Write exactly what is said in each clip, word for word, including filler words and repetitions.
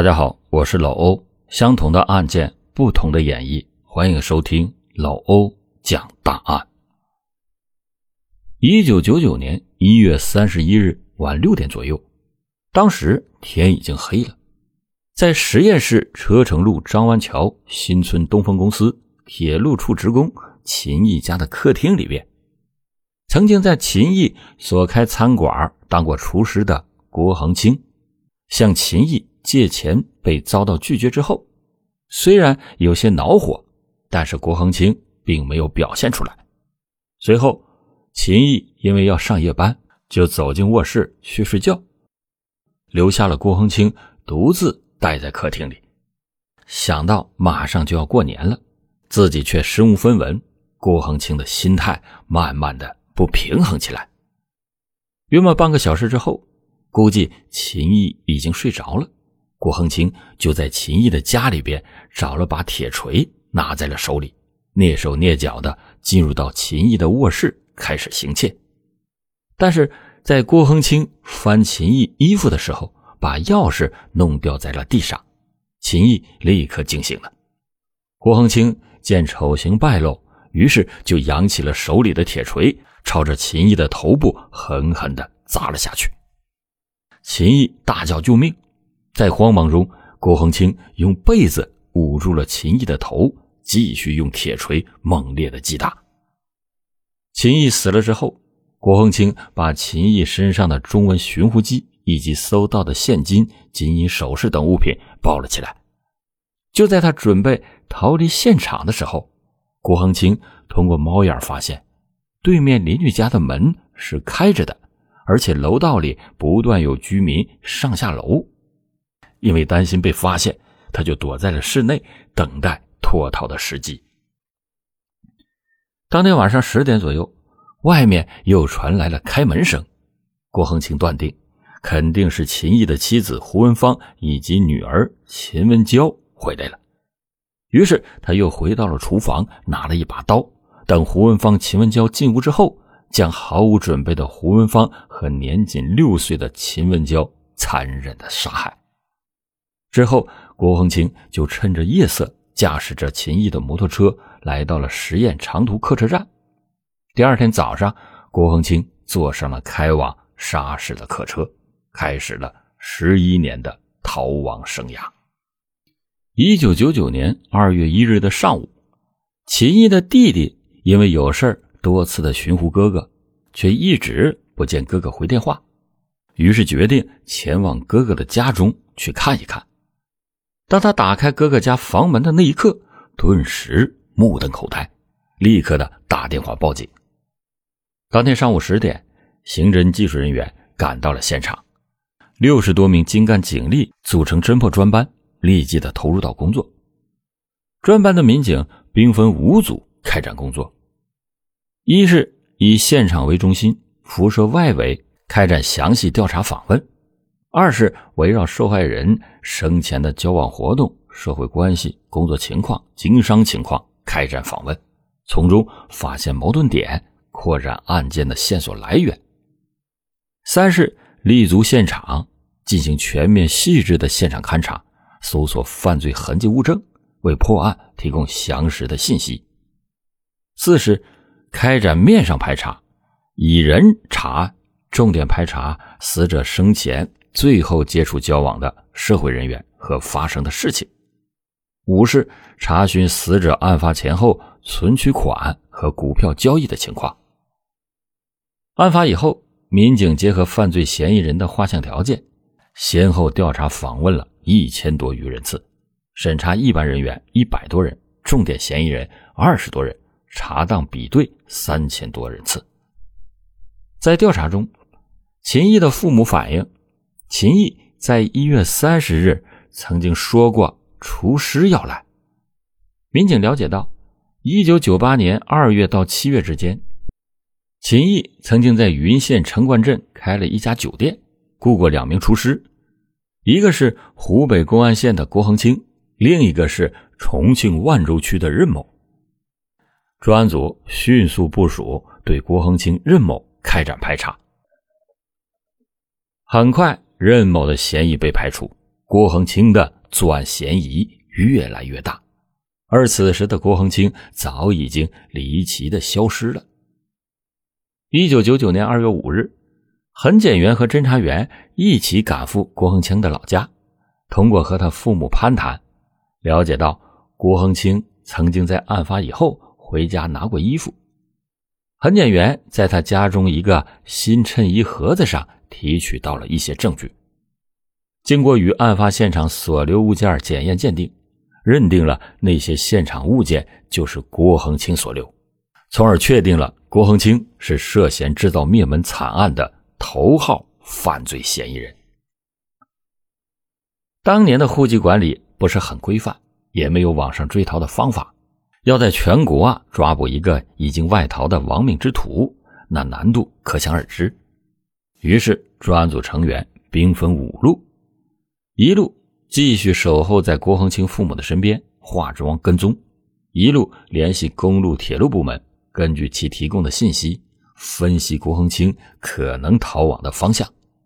大家好，我是老欧，相同的案件，不同的演绎，欢迎收听老欧讲大案。一九九九年一月三十一日晚六点左右，当时天已经黑了，在十堰市车城路张湾桥新村东风公司铁路处职工秦毅家的客厅里边，曾经在秦毅所开餐馆当过厨师的郭恒清向秦毅借钱被遭到拒绝之后，虽然有些恼火，但是郭恒清并没有表现出来。随后秦毅因为要上夜班，就走进卧室去睡觉，留下了郭恒清独自待在客厅里。想到马上就要过年了，自己却身无分文，郭恒清的心态慢慢的不平衡起来。约莫半个小时之后，估计秦毅已经睡着了，郭恒清就在秦毅的家里边找了把铁锤拿在了手里，蹑手蹑脚的进入到秦毅的卧室开始行窃。但是在郭恒清翻秦毅衣服的时候，把钥匙弄掉在了地上，秦毅立刻惊醒了。郭恒清见丑行败露，于是就扬起了手里的铁锤，朝着秦毅的头部狠狠地砸了下去。秦毅大叫救命，在慌忙中，郭恒清用被子捂住了秦毅的头，继续用铁锤猛烈的击打。秦毅死了之后，郭恒清把秦毅身上的中文寻呼机以及搜到的现金、金银首饰等物品抱了起来。就在他准备逃离现场的时候，郭恒清通过猫眼发现对面邻居家的门是开着的，而且楼道里不断有居民上下楼。因为担心被发现，他就躲在了室内，等待脱逃的时机。当天晚上十点左右，外面又传来了开门声。郭恒清断定肯定是秦毅的妻子胡文芳以及女儿秦文娇回来了。于是他又回到了厨房，拿了一把刀，等胡文芳、秦文娇进屋之后，将毫无准备的胡文芳和年仅六岁的秦文娇残忍的杀害。之后郭恒清就趁着夜色，驾驶着秦毅的摩托车来到了十堰长途客车站。第二天早上，郭恒清坐上了开往沙市的客车，开始了十一年的逃亡生涯。一九九九年二月一日的上午，秦毅的弟弟因为有事多次的寻呼哥哥，却一直不见哥哥回电话，于是决定前往哥哥的家中去看一看。当他打开哥哥家房门的那一刻，顿时目瞪口呆，立刻的打电话报警。当天上午十点，刑侦技术人员赶到了现场，六十多名精干警力组成侦破专班，立即的投入到工作。专班的民警兵分五组开展工作：一是以现场为中心，辐射外围开展详细调查访问；二是围绕受害人生前的交往活动、社会关系、工作情况、经商情况开展访问，从中发现矛盾点，扩展案件的线索来源；三是立足现场，进行全面细致的现场勘查，搜索犯罪痕迹物证，为破案提供详实的信息；四是开展面上排查，以人查，重点排查死者生前最后接触交往的社会人员和发生的事情；五是查询死者案发前后存取款和股票交易的情况。案发以后，民警结合犯罪嫌疑人的画像条件，先后调查访问了一千多余人次，审查一般人员一百多人，重点嫌疑人二十多人，查档比对三千多人次。在调查中，秦毅的父母反映，秦毅在一月三十日曾经说过厨师要来。民警了解到，一九九八年二月到七月之间，秦毅曾经在云县城关镇开了一家酒店，雇过两名厨师，一个是湖北公安县的郭恒清，另一个是重庆万州区的任某。专案组迅速部署，对郭恒清、任某开展排查。很快，任某的嫌疑被排除， 郭恒清的作案嫌疑越来越大，而此时的郭恒清早已经离奇的消失了。一九九九年二月五日，痕检员和侦查员一起赶赴郭恒清的老家，通过和他父母攀谈，了解到郭恒清曾经在案发以后回家拿过衣服。痕检员在他家中一个新衬衣盒子上提取到了一些证据，经过与案发现场所留物件检验鉴定，认定了那些现场物件就是郭恒清所留，从而确定了郭恒清是涉嫌制造灭门惨案的头号犯罪嫌疑人。当年的户籍管理不是很规范，也没有网上追逃的方法，要在全国啊抓捕一个已经外逃的亡命之徒，那难度可想而知。于是专案组成员兵分五路，一路继续守候在郭恒清父母的身边，化妆跟踪；一路联系公路铁路部门，根据其提供的信息分析郭恒清可能逃往的方向；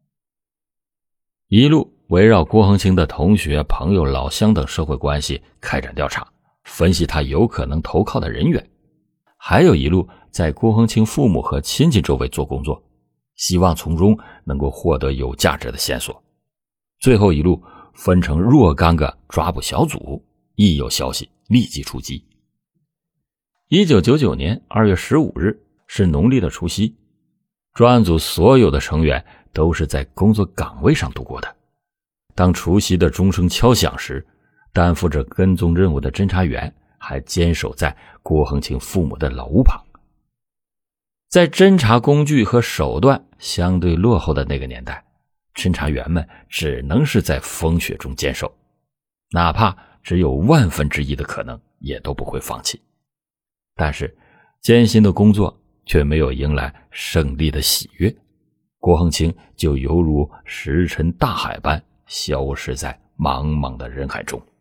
一路围绕郭恒清的同学、朋友、老乡等社会关系开展调查，分析他有可能投靠的人员；还有一路在郭恒清父母和亲戚周围做工作，希望从中能够获得有价值的线索。最后一路分成若干个抓捕小组，一有消息立即出击。一九九九年二月十五日是农历的除夕，专案组所有的成员都是在工作岗位上度过的。当除夕的钟声敲响时，担负着跟踪任务的侦查员还坚守在郭恒清父母的老屋旁。在侦查工具和手段相对落后的那个年代，侦查员们只能是在风雪中坚守，哪怕只有万分之一的可能也都不会放弃。但是艰辛的工作却没有迎来胜利的喜悦，郭恒清就犹如石沉大海般消失在茫茫的人海中。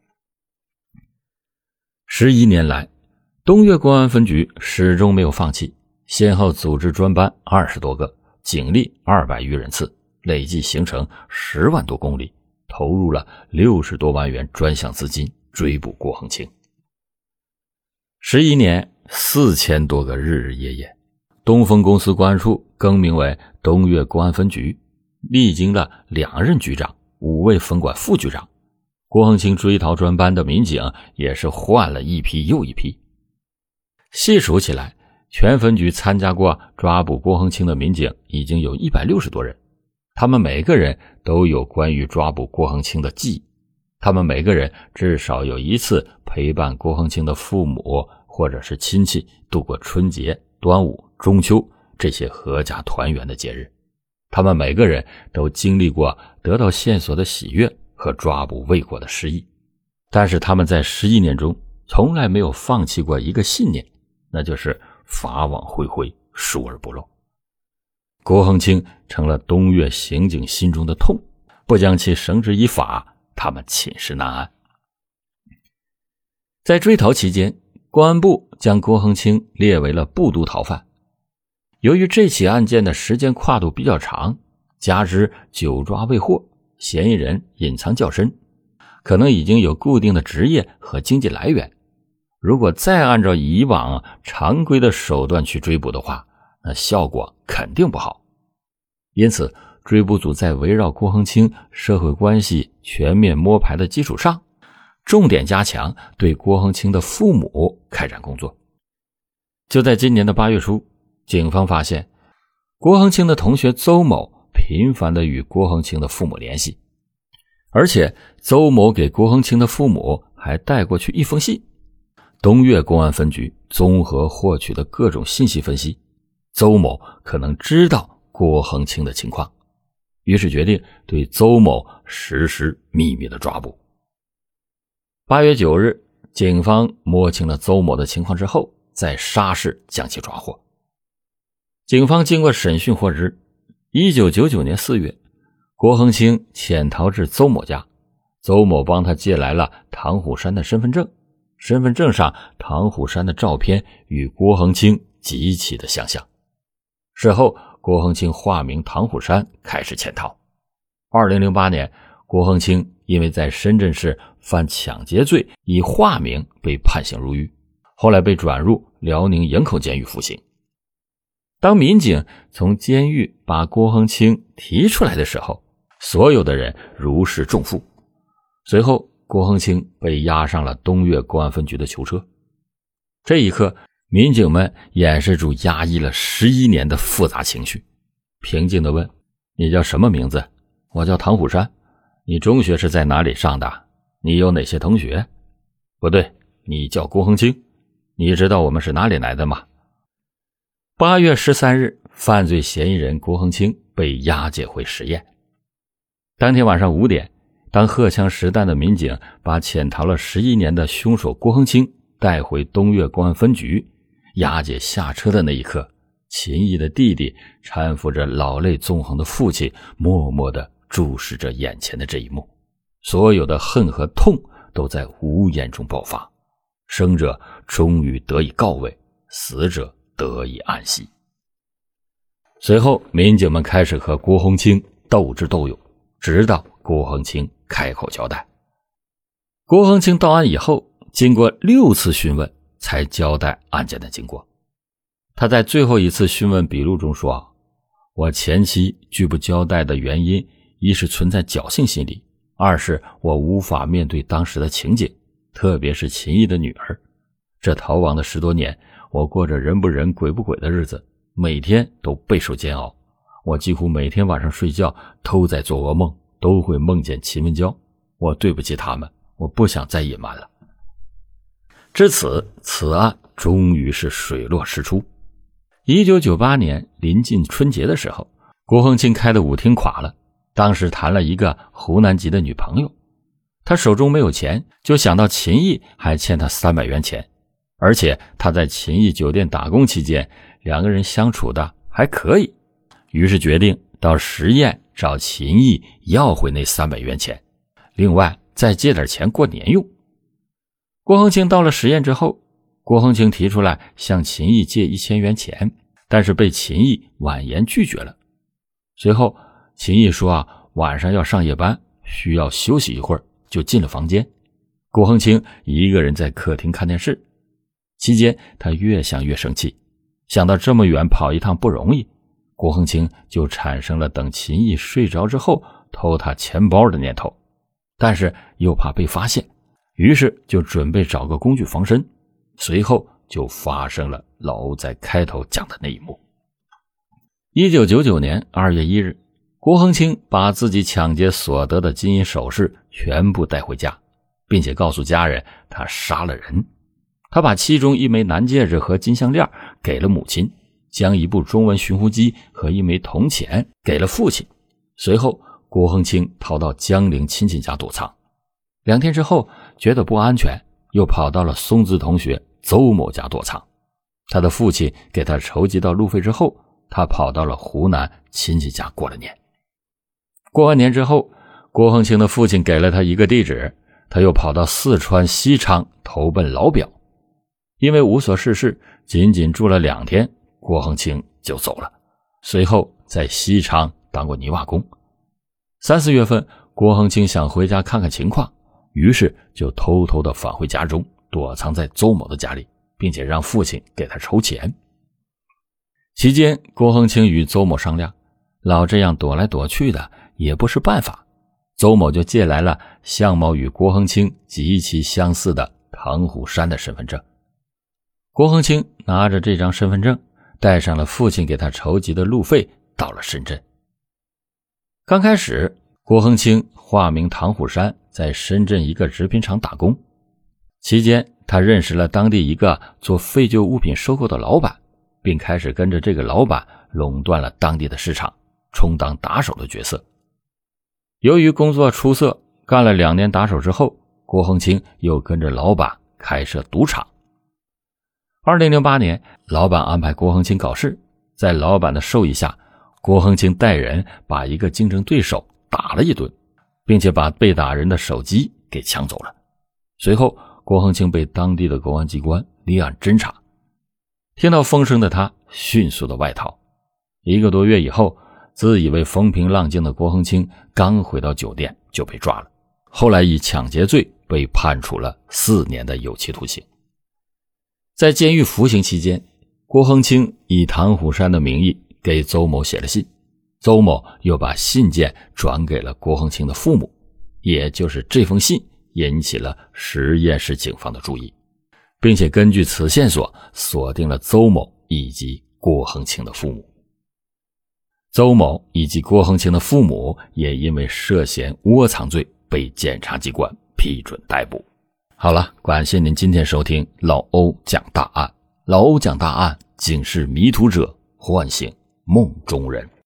十一年来，东岳公安分局始终没有放弃，先后组织专班二十多个，警力二百余人次，累计行程十万多公里，投入了六十多万元专项资金追捕郭恒清。十一年四千多个日日夜夜，东风公司公安处更名为东岳公安分局，历经了两任局长、五位分管副局长，郭恒清追逃专班的民警也是换了一批又一批。细数起来，全分局参加过抓捕郭恒清的民警已经有一百六十多人，他们每个人都有关于抓捕郭恒清的记忆，他们每个人至少有一次陪伴郭恒清的父母或者是亲戚度过春节、端午、中秋这些合家团圆的节日，他们每个人都经历过得到线索的喜悦和抓捕未果的失意，但是他们在十一年中从来没有放弃过一个信念，那就是法网恢恢，疏而不漏。郭恒清成了东岳刑警心中的痛，不将其绳之以法，他们寝食难安。在追逃期间，公安部将郭恒清列为了部督逃犯。由于这起案件的时间跨度比较长，加之久抓未获，嫌疑人隐藏较深，可能已经有固定的职业和经济来源。如果再按照以往常规的手段去追捕的话，那效果肯定不好。因此，追捕组在围绕郭恒清社会关系全面摸排的基础上，重点加强对郭恒清的父母开展工作。就在今年的八月初，警方发现郭恒清的同学邹某频繁地与郭恒清的父母联系，而且邹某给郭恒清的父母还带过去一封信。东岳公安分局综合获取的各种信息分析，邹某可能知道郭恒清的情况，于是决定对邹某实施秘密的抓捕。八月九日，警方摸清了邹某的情况之后，在沙市将其抓获。警方经过审讯获知，一九九九年四月，郭恒清潜逃至邹某家，邹某帮他借来了唐虎山的身份证，身份证上唐虎山的照片与郭恒清极其的相像。事后，郭恒清化名唐虎山开始潜逃。二零零八年，郭恒清因为在深圳市犯抢劫罪，以化名被判刑入狱，后来被转入辽宁营口监狱服刑。当民警从监狱把郭恒清提出来的时候，所有的人如释重负。随后郭恒清被押上了东岳公安分局的囚车。这一刻，民警们掩饰住压抑了十一年的复杂情绪，平静地问：你叫什么名字？我叫唐虎山。你中学是在哪里上的？你有哪些同学？不对，你叫郭恒清。你知道我们是哪里来的吗？八月十三日，犯罪嫌疑人郭恒清被押解回实验。当天晚上五点，当荷枪实弹的民警把潜逃了十一年的凶手郭恒清带回东岳公安分局，押解下车的那一刻，秦毅的弟弟搀扶着老泪纵横的父亲，默默地注视着眼前的这一幕。所有的恨和痛都在无言中爆发，生者终于得以告慰，死者得以安息。随后民警们开始和郭恒清斗智斗勇，直到郭恒清开口交代。郭恒清到案以后，经过六次讯问才交代案件的经过。他在最后一次讯问笔录中说，我前期拒不交代的原因，一是存在侥幸心理，二是我无法面对当时的情景，特别是秦毅的女儿。这逃亡的十多年，我过着人不人鬼不鬼的日子，每天都备受煎熬。我几乎每天晚上睡觉都在做噩梦，都会梦见秦文娇。我对不起他们，我不想再隐瞒了。至此，此案终于是水落石出。一九九八年临近春节的时候，郭恒清开的舞厅垮了，当时谈了一个湖南籍的女朋友。他手中没有钱，就想到秦毅还欠他三百元钱，而且他在秦毅酒店打工期间，两个人相处的还可以，于是决定到实验找秦毅要回那三百元钱，另外再借点钱过年用。郭恒清到了实验之后，郭恒清提出来向秦毅借一千元钱，但是被秦毅婉言拒绝了。随后秦毅说啊，晚上要上夜班，需要休息一会儿，就进了房间。郭恒清一个人在客厅看电视，期间他越想越生气，想到这么远跑一趟不容易，郭恒清就产生了等秦毅睡着之后偷他钱包的念头，但是又怕被发现，于是就准备找个工具防身。随后就发生了老欧在开头讲的那一幕。一九九九年二月一日，郭恒清把自己抢劫所得的金银首饰全部带回家，并且告诉家人他杀了人。他把其中一枚男戒指和金项链给了母亲，将一部中文寻呼机和一枚铜钱给了父亲。随后郭恒清逃到江陵亲戚家躲藏。两天之后觉得不安全，又跑到了松子同学邹某家躲藏。他的父亲给他筹集到路费之后，他跑到了湖南亲戚家过了年。过完年之后，郭恒清的父亲给了他一个地址，他又跑到四川西昌投奔老表。因为无所事事，仅仅住了两天，郭恒清就走了。随后在西昌当过泥瓦工。三四月份，郭恒清想回家看看情况，于是就偷偷地返回家中，躲藏在邹某的家里，并且让父亲给他筹钱。期间郭恒清与邹某商量，老这样躲来躲去的也不是办法，邹某就借来了相貌与郭恒清极其相似的唐虎山的身份证。郭恒清拿着这张身份证，带上了父亲给他筹集的路费，到了深圳。刚开始，郭恒清化名唐虎山，在深圳一个食品厂打工。期间他认识了当地一个做废旧物品收购的老板，并开始跟着这个老板垄断了当地的市场，充当打手的角色。由于工作出色，干了两年打手之后，郭恒清又跟着老板开设赌场。二零零八年，老板安排郭恒清搞事，在老板的授意下，郭恒清带人把一个竞争对手打了一顿，并且把被打人的手机给抢走了。随后郭恒清被当地的公安机关立案侦查。听到风声的他迅速的外逃。一个多月以后，自以为风平浪静的郭恒清刚回到酒店就被抓了， 后来以抢劫罪被判处了四年的有期徒刑。在监狱服刑期间，郭恒清以唐虎山的名义给邹某写了信，邹某又把信件转给了郭恒清的父母，也就是这封信引起了十堰市警方的注意，并且根据此线索锁定了邹某以及郭恒清的父母。邹某以及郭恒清的父母也因为涉嫌窝藏罪被检察机关批准逮捕。好了，感谢您今天收听老欧讲大案。老欧讲大案，警示迷途者，唤醒梦中人。